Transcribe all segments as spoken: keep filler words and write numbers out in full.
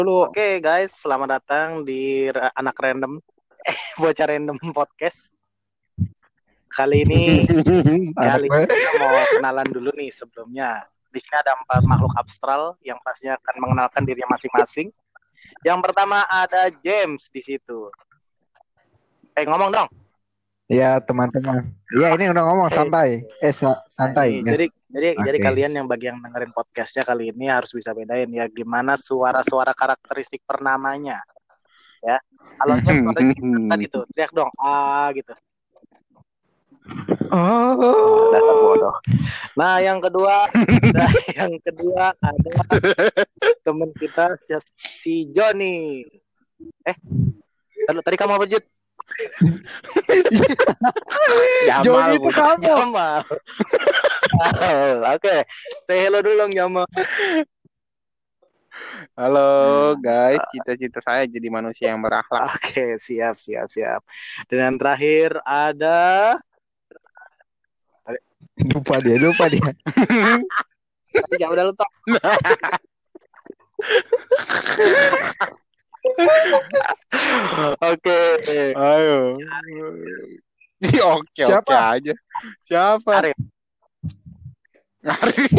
Dulu. Oke guys, selamat datang di Ra- Anak Random, eh Bocah Random Podcast. Kali ini, Anak kali ini kita mau kenalan dulu nih sebelumnya. Di sini ada empat makhluk abstral yang pastinya akan mengenalkan dirinya masing-masing. Yang pertama ada James di situ. Eh ngomong dong. Ya teman-teman. Ya ini udah ngomong Oke. santai. Eh sa- Nah, santai. ini, ya. jadi jadi jadi Oke. kalian yang bagi yang dengerin podcastnya kali ini harus bisa bedain ya gimana suara-suara karakteristik pernamanya. Ya, kalau James suaranya tadi tuh teriak dong, ah gitu. Oh. Dasar bodoh. Nah, yang kedua, nah, yang kedua ada teman kita si Joni. Eh, tadi, tadi kamu apa Jut? Joni itu kamu. Jamal. Oke, okay. Say hello dulu dong Jamal. Halo guys, cita-cita saya jadi manusia yang berakhlak. Oke, okay, siap, siap, siap. Dan yang terakhir ada lupa dia, lupa dia. ya udah lu top. Oke. Ayo. Oke, oke aja. Siapa? Arif. Arif.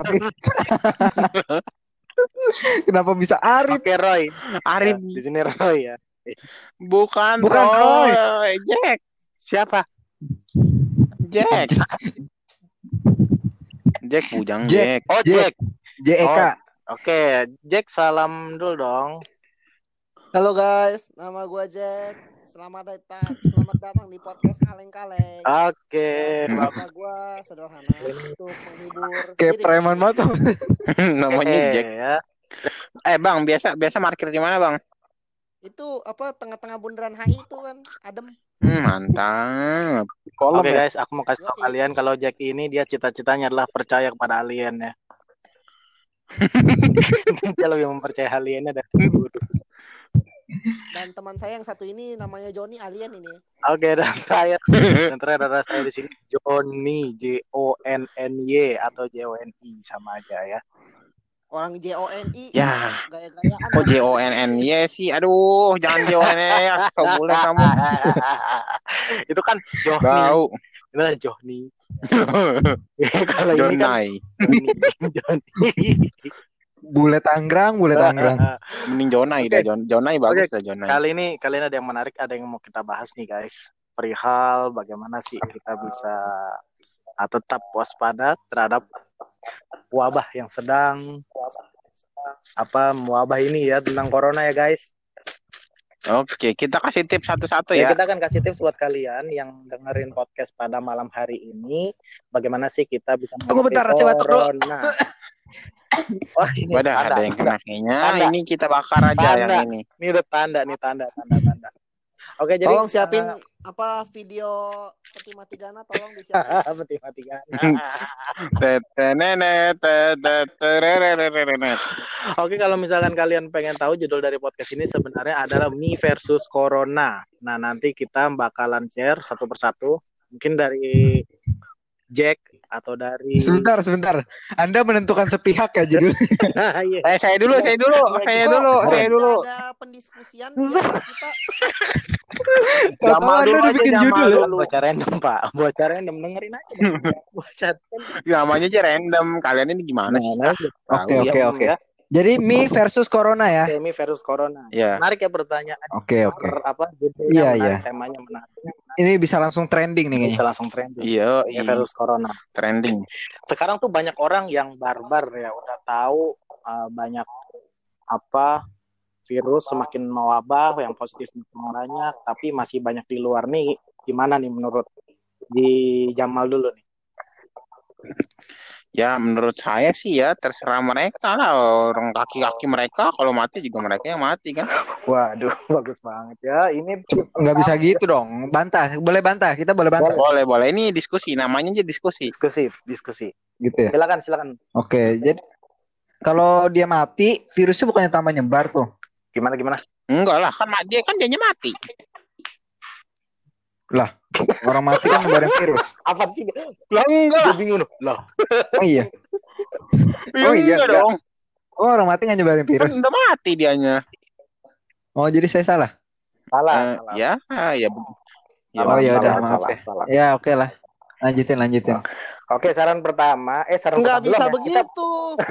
Kenapa bisa Arif? Oke, Roy. Arif. Ya, di sini Roy ya. Bukan, Bukan Roy. Roy. Jack. Siapa? Jack. Jack bujang Jack. Jack. Oh, Jack. J E K. Oh, oke, Jack salam dulu dong. Halo guys, nama gue Jack. Selamat datang, selamat datang di podcast Kaleng-Kaleng. Oke. Ya, nama gue sederhana untuk menghibur. Kayak preman banget. Namanya Oke, Jack. Ya. Eh bang, biasa biasa parkir di mana bang? Itu apa tengah-tengah bundaran H I itu kan, adem. Hmm, mantap. Oke Kolom guys, aku mau kasih tahu kalian kalau Jack ini dia cita-citanya adalah percaya kepada alien ya. Dia lebih mempercaya aliennya dari guru. Dan teman saya yang satu ini namanya Joni, alien ini. Oke, dan terakhir, dan terakhir ada saya di sini Joni, J O N N Y atau J O N I sama aja ya. Orang J O N I. Ya. Gaya-gayaan. Kok J O N N Y sih? Aduh, jangan J O N N Y. So boleh kamu. Itu kan Joni. Tahu. Itu kan Joni. Kalau ini kan Jonai. Bule Tangerang, bule Tangerang. Mending Jonai dah. Oke. Jonai bagus Oke. dah Jonai. Kali ini kalian ada yang menarik, ada yang mau kita bahas nih guys. Perihal bagaimana sih kita bisa ah, tetap waspada terhadap wabah yang sedang apa wabah ini ya tentang corona ya guys. Oke, kita kasih tips satu-satu Ya, ya. kita akan kasih tips buat kalian yang dengerin podcast pada malam hari ini. Bagaimana sih kita bisa Tunggu bentar, saya batuk dulu. corona. Wah, ini Wadah, tanda, ada yang kena kayaknya. Tanda. Ini kita bakar aja Tanda. yang ini. Ini udah tanda nih tanda tanda tanda. Oke, jadi Tolong siapin uh, apa video peti mati gana, tolong disiapin. peti mati gana. Tetenenet, teteterererererenet. Oke, kalau misalkan kalian pengen tahu judul dari podcast ini sebenarnya adalah Me versus Corona. Nah, nanti kita bakalan share satu persatu. Mungkin dari Jack atau dari Sebentar, sebentar. Anda menentukan sepihak ya judulnya. Iya. Eh, saya dulu, saya dulu, saya Kok dulu, kok saya bisa dulu. ada pendiskusian di atas kita. Tahu Jamal Anda dulu udah aja, bikin Jamal judul ya? dulu. Bocah random, Pak. Bocah random, dengerin aja. Bocah Namanya aja random. Kalian ini gimana sih? Nah, Ah, Oke, tahu oke, ya. oke. Jadi Me versus Corona ya? Me versus Corona. Ya. Menarik ya pertanyaan. Oke, oke. Apa judulnya Iya, menarik, iya. temanya menarik. Ini bisa langsung trending nih Bisa kayaknya. langsung trending. Iya, Me iya. versus Corona. Trending. Sekarang tuh banyak orang yang barbar ya, udah tahu uh, banyak apa virus semakin mewabah, yang positif makin banyak, tapi masih banyak di luar nih. Gimana nih menurut di Jamal dulu nih? Ya, menurut saya sih ya terserah mereka lah. Orang kaki-kaki mereka kalau mati juga mereka yang mati kan. Waduh, bagus banget ya. Ini Nggak bisa gitu dong. Bantah, boleh bantah. Kita boleh bantah. Boleh, boleh. Ini diskusi, namanya aja diskusi. diskusi, diskusi. Gitu ya. Silakan, silakan. Oke, jadi kalau dia mati, virusnya bukannya tambah nyebar tuh. Gimana gimana? Enggak lah, kan dia kan dianya mati. Lah, orang mati kan nyebarin virus. Apa sih? Lah enggak. Gue bingung loh. Lah. Oh iya. Ya, Oh iya, enggak enggak. dong. Oh, orang mati nggak nyebarin Kan virus. udah mati dianya. Oh, jadi saya salah. Salah, Eh, salah. ya, ya, ya Oh Salah, ya udah, salah, maaf salah, ya. salah. Ya oke lah. Lanjutin, lanjutin. Oke, saran pertama. Eh, saran Nggak pertama bisa belum ya? Kita begitu.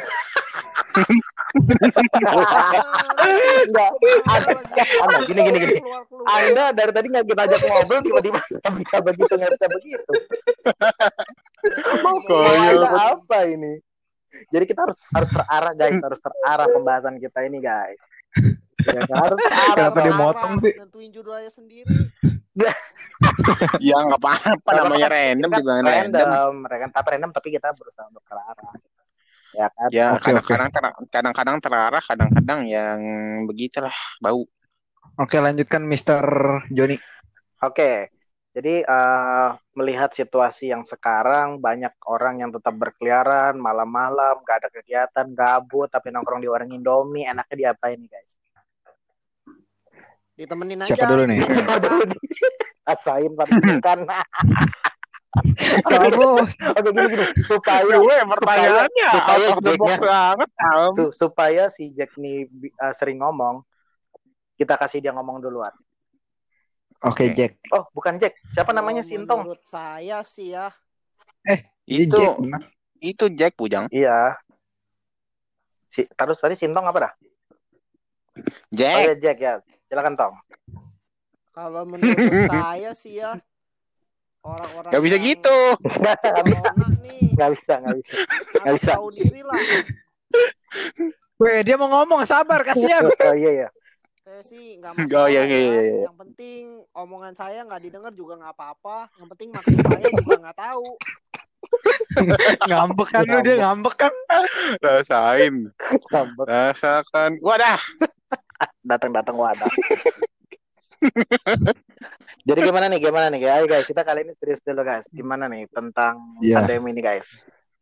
Enggak. Anda, Anda, gini, gini, gini. Keluar, keluar. Anda dari tadi nggak kita ajak ngobrol, tiba-tiba nggak bisa begitu, nggak bisa begitu. Mau, mau Koyo. Anda apa ini? Jadi kita harus harus terarah guys, harus terarah pembahasan kita ini guys. Ya, harus terarah. Kenapa dia dong. motong sih? Nentuin judulnya sendiri. Ya nggak apa-apa, namanya random Kan juga random. random, random, tapi random tapi kita berusaha untuk terarah. Ya kan? Ya Oke, kadang-kadang ter- kadang-kadang terarah, kadang-kadang yang begitulah bau. Oke, lanjutkan Mister Joni. Oke. Jadi eh, melihat situasi yang sekarang banyak orang yang tetap berkeliaran malam-malam, gak ada kegiatan, gabut, tapi nongkrong di warung Indomie, enaknya diapain nih guys? Ditemenin aja. Siapa dulu nih? Siapa dulu nih? Rasain kan. Kamu Oke gini gini supaya Gue supaya pertanyaannya supaya out of the box Jacknya banget. Am. su- supaya si Jack nih bi- uh, sering ngomong, kita kasih dia ngomong duluan. Oke, Oke. Jack. Oh bukan Jack, siapa Kalau namanya Sintong? Menurut saya sih ya. Ini Itu Jack benar. itu Jack Bujang. Iya. Si terus tadi Sintong apa dah? Oh Jack. ya Jack ya, silakan Tong. Kalau menurut saya sih ya. Orang-orang Gak bisa yang gitu. Nggak bisa, corona nih nggak bisa, nggak bisa. harus bisa. tahu diri lah. Weh, dia mau ngomong, sabar, kasihan. Oh iya iya. Saya sih nggak Oh, masalah iya, ya. iya, iya, iya. Yang penting omongan saya nggak didengar juga nggak apa-apa. Yang penting maksud saya juga nggak tahu. Ngambek kan lu, dia ngambek kan. Rasain. Ngambek. Rasakan. Wadah. Datang-datang wadah. Jadi gimana nih, gimana nih, guys? Guys, kita kali ini serius dulu, guys. Gimana nih tentang Iya. pandemi ini, guys?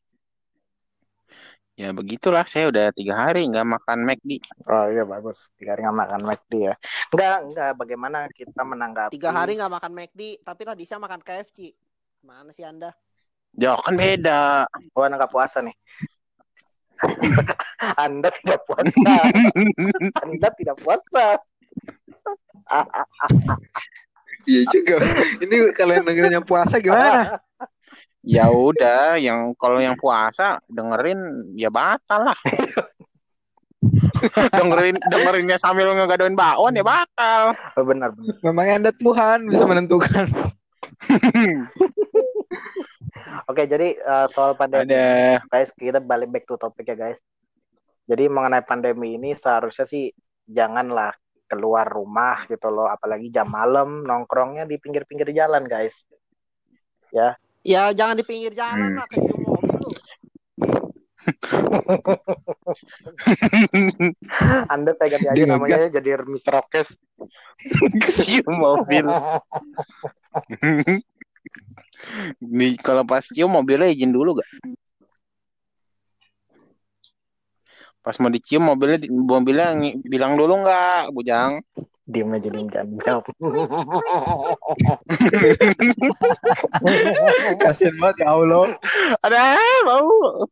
Ya begitulah, saya udah tiga hari nggak makan McD. Oh iya bagus, tiga hari nggak makan McD ya. Enggak, enggak. Bagaimana kita menanggapi? Tiga hari nggak makan McD, tapi tadi saya makan K F C. Mana sih Anda? Ya kan beda. Oh, Anda nggak puasa nih. Anda tidak puasa. Anda tidak puasa. Iya juga. Ini kalau yang dengerin yang puasa gimana? Ya udah, yang kalau yang puasa dengerin ya batal lah. dengerin dengerinnya sambil ngegadoin bakwan ya batal. Oh, benar benar. Memangnya Anda Tuhan bisa menentukan. Oke, jadi uh, soal pandemi, Ada. guys, kita balik back to topik ya, guys. Jadi mengenai pandemi ini seharusnya sih janganlah keluar rumah gitu loh, apalagi jam malam nongkrongnya di pinggir-pinggir jalan, guys. Ya. Ya jangan di pinggir jalan Hmm. lah, kecium mobil lu. Anda saya ganti aja Dia namanya jadi mister Rokes. Cium mobil. Nih kalau pas cium mobilnya izin dulu gak? Pas mau dicium mobilnya mobilnya ngi- bilang dulu nggak, Bujang? Diem aja diem jangan jawab. Kasian banget ya Allah. Ada mau.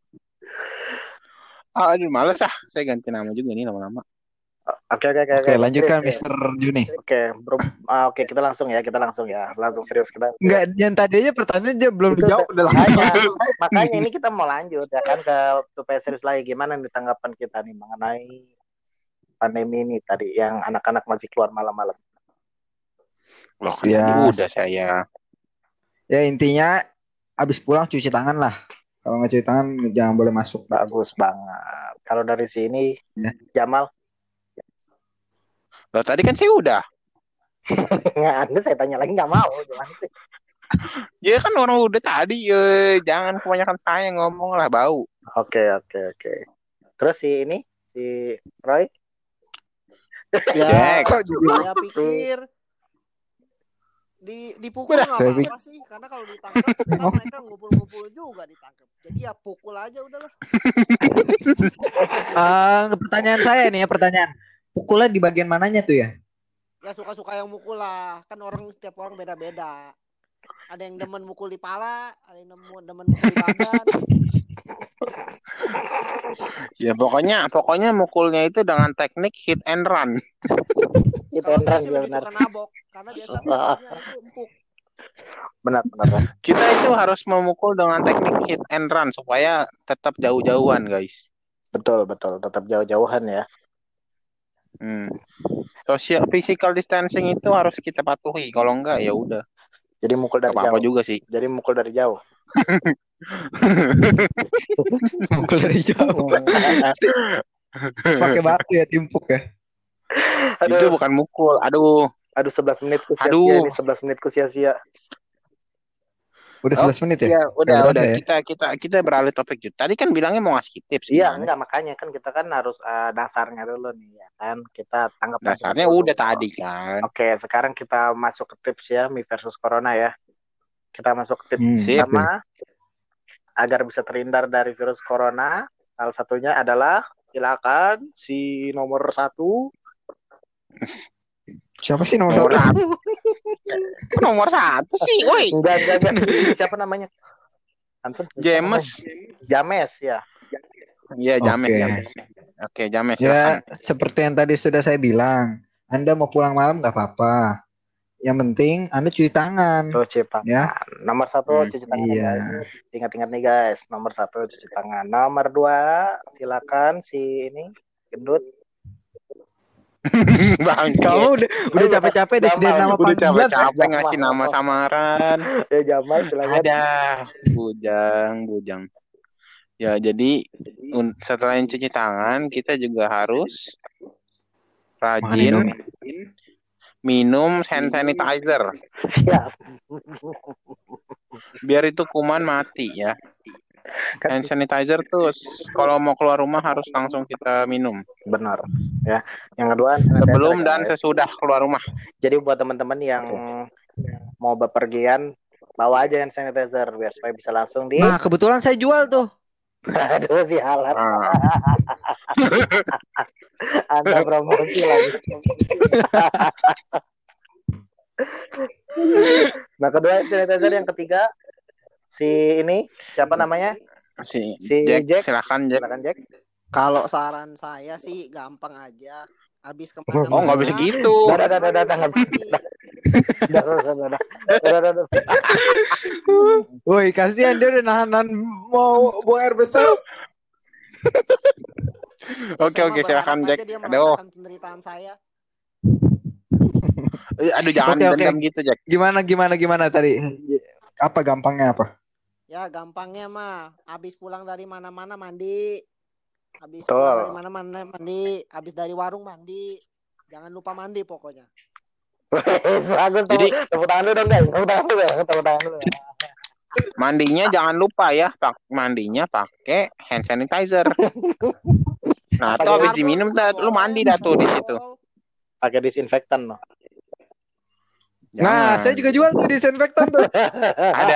Ah, aduh males ah. Saya ganti nama juga nih lama-lama. Oke oke oke. Oke, lanjutkan Serius, Mister Juni. Oke, bro. Ah, oke, kita langsung ya, kita langsung ya. Langsung serius kita. Enggak, yang tadi aja pertanyaan dia belum Itu dijawab udah makanya, langsung. makanya ini kita mau lanjut ya kan ke supaya serius lagi. Gimana nih tanggapan kita nih mengenai pandemi ini tadi yang anak-anak masih keluar malam-malam. Loh, kan Ya. tadi udah saya. Ya intinya abis pulang cuci tangan lah. Kalau nggak cuci tangan jangan boleh masuk. Bagus banget. Kalau dari sini Ya. Jamal, Loh, tadi kan saya udah. Anda saya tanya lagi nggak mau gimana sih? Ya kan orang udah tadi. Eh, jangan kebanyakan saya ngomong lah bau. Oke oke oke. Terus si ini si Roy, Ya, Jack. Kok jadi saya pikir di dipukul Udah. nggak Saya apa-apa sih, karena kalau ditangkap kan mereka ngumpul-ngumpul juga ditangkap. Jadi ya pukul aja udahlah. Eh, pertanyaan saya nih ya pertanyaan. Pukulnya di bagian mananya tuh ya? Ya suka-suka yang mukul lah, kan orang setiap orang beda-beda. Ada yang demen mukul di pala, ada yang demen, demen mukul di badan. Ya pokoknya pokoknya mukulnya itu dengan teknik hit and run. Itu Kalau saya benar, sih ya lebih benar. suka nabok karena biasa mukulnya itu empuk. Benar, benar. Kita itu harus memukul dengan teknik hit and run supaya tetap jauh-jauhan, guys. Betul, betul. Tetap jauh-jauhan ya. Hmm. Social physical distancing itu harus kita patuhi. Kalau enggak ya udah. Jadi mukul dari Gak apa-apa jauh. juga sih. Jadi mukul dari jauh. Mukul dari jauh. Pakai batu ya, timpuk ya. Itu Aduh, bukan mukul. Aduh. aduh sebelas menitku sia-sia Aduh. ini, sebelas menitku sia-sia. Udah Oh, sebelas menit ya? iya, udah, Nggak udah. berasa ya? Kita kita kita beralih topik. Tadi kan bilangnya mau ngasih tips Iya, gimana? enggak, makanya kan kita kan harus uh, dasarnya dulu nih ya kan. Kita tanggap Dasarnya dulu. udah tadi kan. Oke, sekarang kita masuk ke tips ya, Mi versus Corona ya. Kita masuk ke tips Hmm, Sip. pertama agar bisa terhindar dari virus corona. Salah satunya adalah silakan si nomor satu. Siapa sih nomor Nomor satu? satu. Kok nomor satu sih, woi. Enggak, enggak, enggak. Ini siapa namanya? Hansen, siapa James. namanya? James ya. Iya, James, Oke. James. Oke, James Ya, silakan. seperti yang tadi sudah saya bilang, Anda mau pulang malam nggak apa-apa. Yang penting Anda cuci tangan. Cuci tangan. Ya. Nomor satu Hmm, cuci tangan. iya. Guys. Ingat-ingat nih guys. Nomor satu cuci tangan. Nomor dua silakan si ini gendut. Bang, Kamu udah udah capek-capek Jamal, disediain nama udah panggilan. capek-capek ngasih nama samaran. Ya Jamal silakan. Ada bujang, bujang. Ya, jadi un- setelah cuci tangan, kita juga harus rajin minum hand sanitizer. Siap. Biar itu kuman mati ya. Hand sanitizer tuh kalau mau keluar rumah harus langsung kita minum. Benar. Ya. Yang kedua Sebelum sanitizer, dan guys. sesudah keluar rumah. Jadi buat teman-teman yang mau bepergian bawa aja hand sanitizer biar supaya bisa langsung di. Nah, kebetulan saya jual tuh. Aduh si halat. Ah. Anda promosi lagi. Nah kedua sanitizer, yang ketiga si ini siapa namanya? Si, Si Jack, Jack. silakan Jack. Silakan Jack. Kalau saran saya sih gampang aja. Habis kemana-mana. Oh, nggak bisa gitu. Dah, dah, dah, dah, dah, nggak bisa. Dah, dah, dah, dah, dah, dah, dah. Woi, kasihan dia udah nahan mau buang air besar. Oke, Saya oke, mah silakan berharap Jack. aja dia Aduh, merasakan penderitaan saya. Eh, aduh jangan Oke, oke. dendam gitu Jack. Gimana gimana gimana tadi? Apa gampangnya apa? Ya gampangnya mah habis pulang dari mana-mana mandi. Habis Betul. pulang dari mana-mana mandi, habis dari warung mandi. Jangan lupa mandi pokoknya. Bagus, Jadi tepuk tangan dulu dong guys, tepuk tangan dulu, tepuk tangan dulu. mandinya jangan lupa ya, pak mandinya pakai hand sanitizer. Nah, Pakai tuh habis Alkohol, diminum dah, lu mandi dah tuh di situ. alkohol. Pakai disinfektan loh. Nah, Jangan. saya juga jual tuh disinfektan tuh. Ada.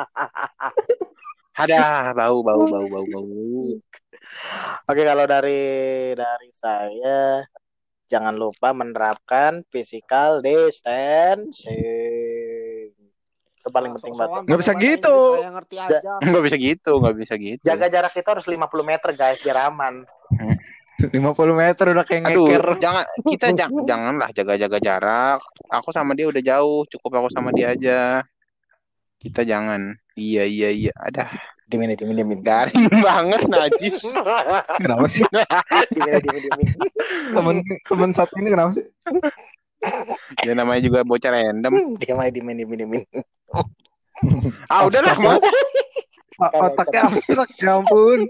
Ada bau bau bau bau bau. Oke, kalau dari dari saya jangan lupa menerapkan physical distancing. Itu paling Ah, penting sok-sokan banget. Nggak bisa pakai bahasa gitu. Inggris, saya ngerti aja. Nggak bisa gitu, nggak bisa gitu. Jaga jarak kita harus lima puluh meter guys biar aman. lima puluh meter udah kayak Aduh, ngeker. jangan kita jangan janganlah jaga-jaga jarak. Aku sama dia udah jauh, cukup aku sama dia aja. Kita jangan. Iya iya iya. Ada Dimin, dimin, dimin. garing banget najis. Kenapa sih? Dimin, dimin, dimin. Temen temen satu ini kenapa sih? Ya namanya juga bocah random. Dia main dimin, dimin, dimin. Ah udahlah mau. Otaknya abstrak, ya ampun.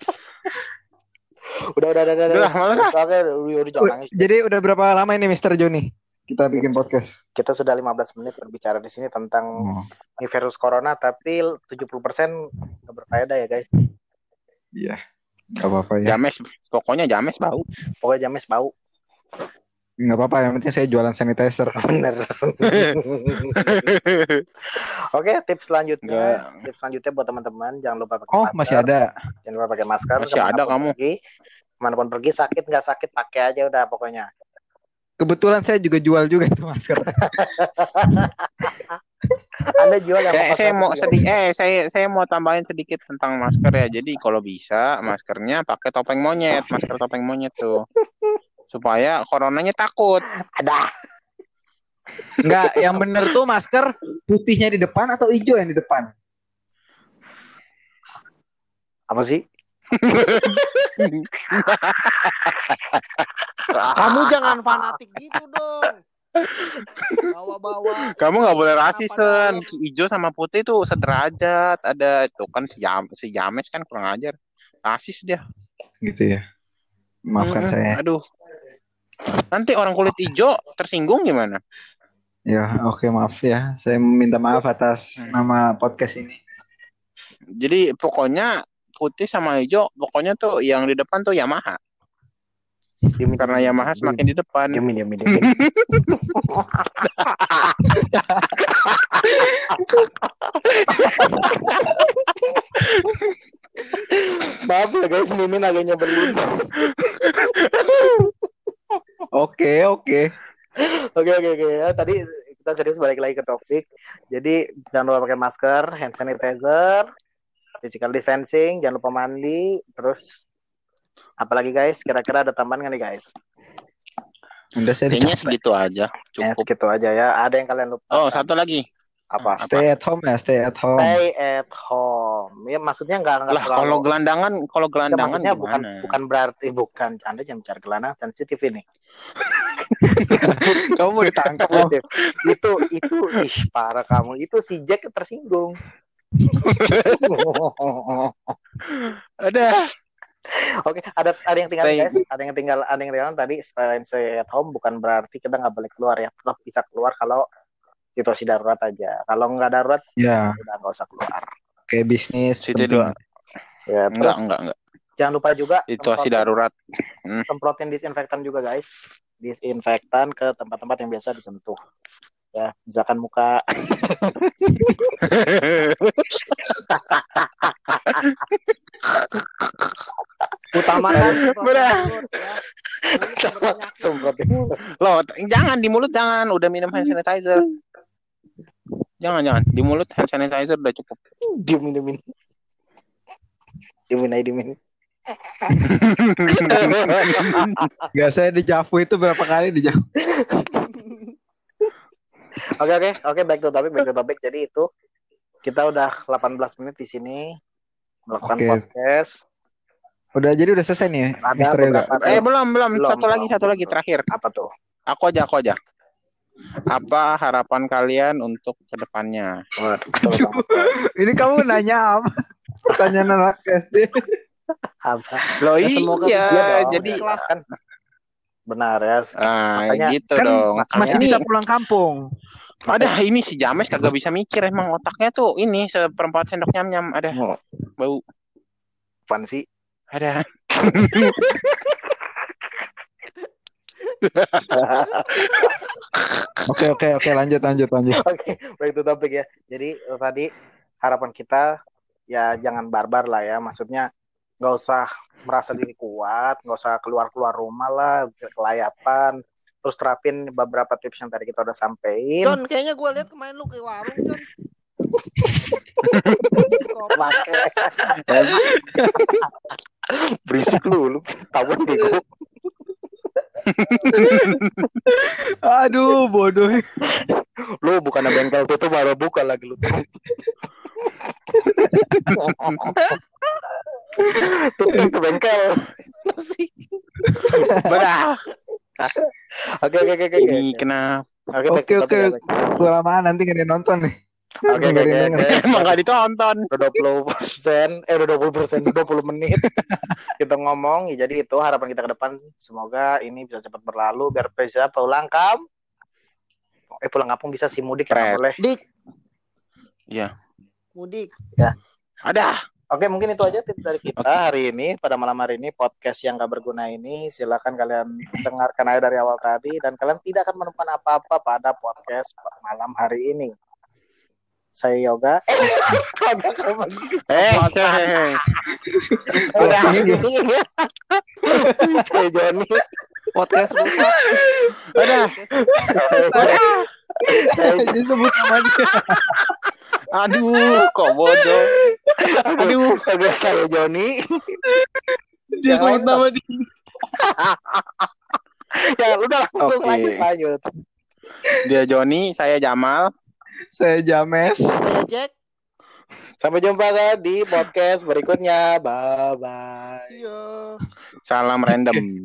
Udah, udah, udah, udah. Udah, malas ah. Oke, udah, udah jangan nangis. Jadi udah berapa lama ini mister Joni kita bikin podcast? Kita sudah lima belas menit berbicara di sini tentang Oh, virus corona, tapi tujuh puluh persen nggak berfaedah ya guys. iya. Gak apa-apa ya. James, pokoknya James bau. Pokoknya James bau. Gak apa-apa, yang penting saya jualan sanitizer. Bener. Oke, tips selanjutnya. Enggak. Tips selanjutnya buat teman-teman, jangan lupa pakai Oh, masker. masih ada. Jangan lupa pakai masker. Masih ada kemanapun kamu. Pergi, kemanapun pergi, sakit nggak sakit, pakai aja udah pokoknya. Kebetulan saya juga jual juga itu masker. Anda jual yang Saya, saya kotak mau satu, sedikit, eh saya saya mau tambahin sedikit tentang masker ya. Jadi kalau bisa maskernya pakai topeng monyet, masker topeng monyet tuh, supaya coronanya takut. ada. Enggak, yang bener tuh masker putihnya di depan atau hijau yang di depan? Apa sih? Kamu jangan fanatik gitu dong. Bawa-bawa. Kamu nggak boleh rasis, Padahal- Sen. Hijau sama putih tuh sederajat. Ada itu kan si, Jam, si James kan kurang ajar. Rasis dia. Gitu ya. Maafkan Mm-mm. saya. Aduh. Nanti orang kulit hijau tersinggung gimana? Ya, oke maaf ya. Saya minta maaf atas Hmm. nama podcast ini. Jadi pokoknya putih sama hijau, pokoknya tuh yang di depan tuh Yamaha. Dimin, Karena dimin, Yamaha dimin. semakin di depan. Dimin, dimin, dimin. Maaf ya guys, Mimin agak nyebelin. Oke, oke. Oke, oke, oke. Ya, tadi kita serius balik lagi ke topik. Jadi jangan lupa pakai masker, hand sanitizer, physical distancing, jangan lupa mandi, terus apalagi guys? Kira-kira ada tambahan nggak nih guys? Udah saya Kayaknya capek. segitu aja. Ya, Cukup. gitu aja ya. Ada yang kalian lupa? Oh, satu lagi. Apa? Stay at home ya, stay at home. Stay at home. Ya maksudnya nggak nggak Lah kalau gelandangan, kalau Ya, gelandangan maksudnya bukan gimana? bukan berarti bukan Anda jangan bicara gelandang sensitif ini. Kamu mau ditangkap loh. Sensitif. itu itu ih parah kamu. Itu si Jack tersinggung. Ada. Oke, ada ada yang tinggal Stay. guys, ada yang tinggal ada yang tinggal tadi selain stay at home bukan berarti kita nggak boleh keluar ya, tetap bisa keluar kalau situasi darurat aja. Kalau nggak darurat Ya, udah nggak usah keluar. kayak bisnis. Situ penting. doang. Ya, Enggak, terus enggak, enggak. jangan lupa juga Situasi semprotin- darurat. semprotin disinfektan juga guys, disinfektan ke tempat-tempat yang biasa disentuh. Ya, misalkan muka. Utamakan Bener. mulut ya. Mulut yang berpenyakit. Semprotin. Loh, t- jangan di mulut jangan, udah minum hand sanitizer. Jangan, jangan. Di mulut hand sanitizer udah cukup. Diemin, diemin. Diemin aja, diemin. Gak, saya di Javu itu berapa kali di Javu. Oke, oke, oke, back to topic, back to topic. Jadi itu kita udah delapan belas menit di sini melakukan Oke. podcast. Udah, jadi udah selesai nih, Ada Mister Yoga. beberapa- Eh, belum, belum. Belum, Satu lagi, belum. satu lagi terakhir. Apa tuh? Aku aja, aku aja. Apa harapan kalian untuk kedepannya? Waduh, betul banget. Ini kamu nanya apa? Pertanyaan anak S D. Apa? Loh Ya, semoga iya, Iya dong, jadi ya kan. Benar ya. ah, Makanya- gitu Kan dong. masih Ini bisa pulang kampung. ada ini si James kagak bisa mikir emang otaknya tuh ini seperempat sendok nyam-nyam ada Oh, bau. apaan sih? Ada. Oke, oke, oke, lanjut, lanjut, lanjut. Oke, baik itu topik ya. Jadi eh, tadi harapan kita ya jangan barbar lah ya. Maksudnya nggak usah merasa diri kuat, nggak usah keluar-keluar rumah lah, kelayapan. Terus terapin beberapa tips yang tadi kita udah sampein. John, kayaknya gue lihat kemarin lu ke warung, John. Berisik lu, lu tahuan bego. Aduh, bodoh. Lu bukan bengkel tutup baru buka lagi lu. Tutup itu bengkel. Bedah. Oke oke oke oke. Ini kenapa? Oke baik, Oke, baik, oke. baik, baik. Kelamaan nanti gak ada yang nonton nih. Oke oke oke. oke. Emang gak ditonton. Udah dua puluh persen, eh udah dua puluh persen, dua puluh menit kita ngomong. Ya, jadi itu harapan kita ke depan. Semoga ini bisa cepat berlalu biar bisa pulang kamp. Eh pulang kampung bisa sih, mudik ya nggak Pret. boleh. Dik, Iya. mudik. Ada. Oke, mungkin itu aja tips dari kita hari ini, pada malam hari ini, podcast yang gak berguna ini. Silakan kalian dengarkan aja dari awal tadi, dan kalian tidak akan menemukan apa-apa pada podcast malam hari ini. Saya Yoga. Eh, eh, Udah. Sini Saya Joni. Podcast rusak. ada. Podcast rusak. Saya Disebut sama dia. Aduh, kok bodoh. Aduh, Kagak saya Joni. Dia Yang sebut lain nama dia. Ya udah langsung Oke. lanjut lanjut. dia Joni, saya Jamal. Saya James. Saya Jack. Sampai jumpa kan di podcast berikutnya. Bye bye. See you. Salam random.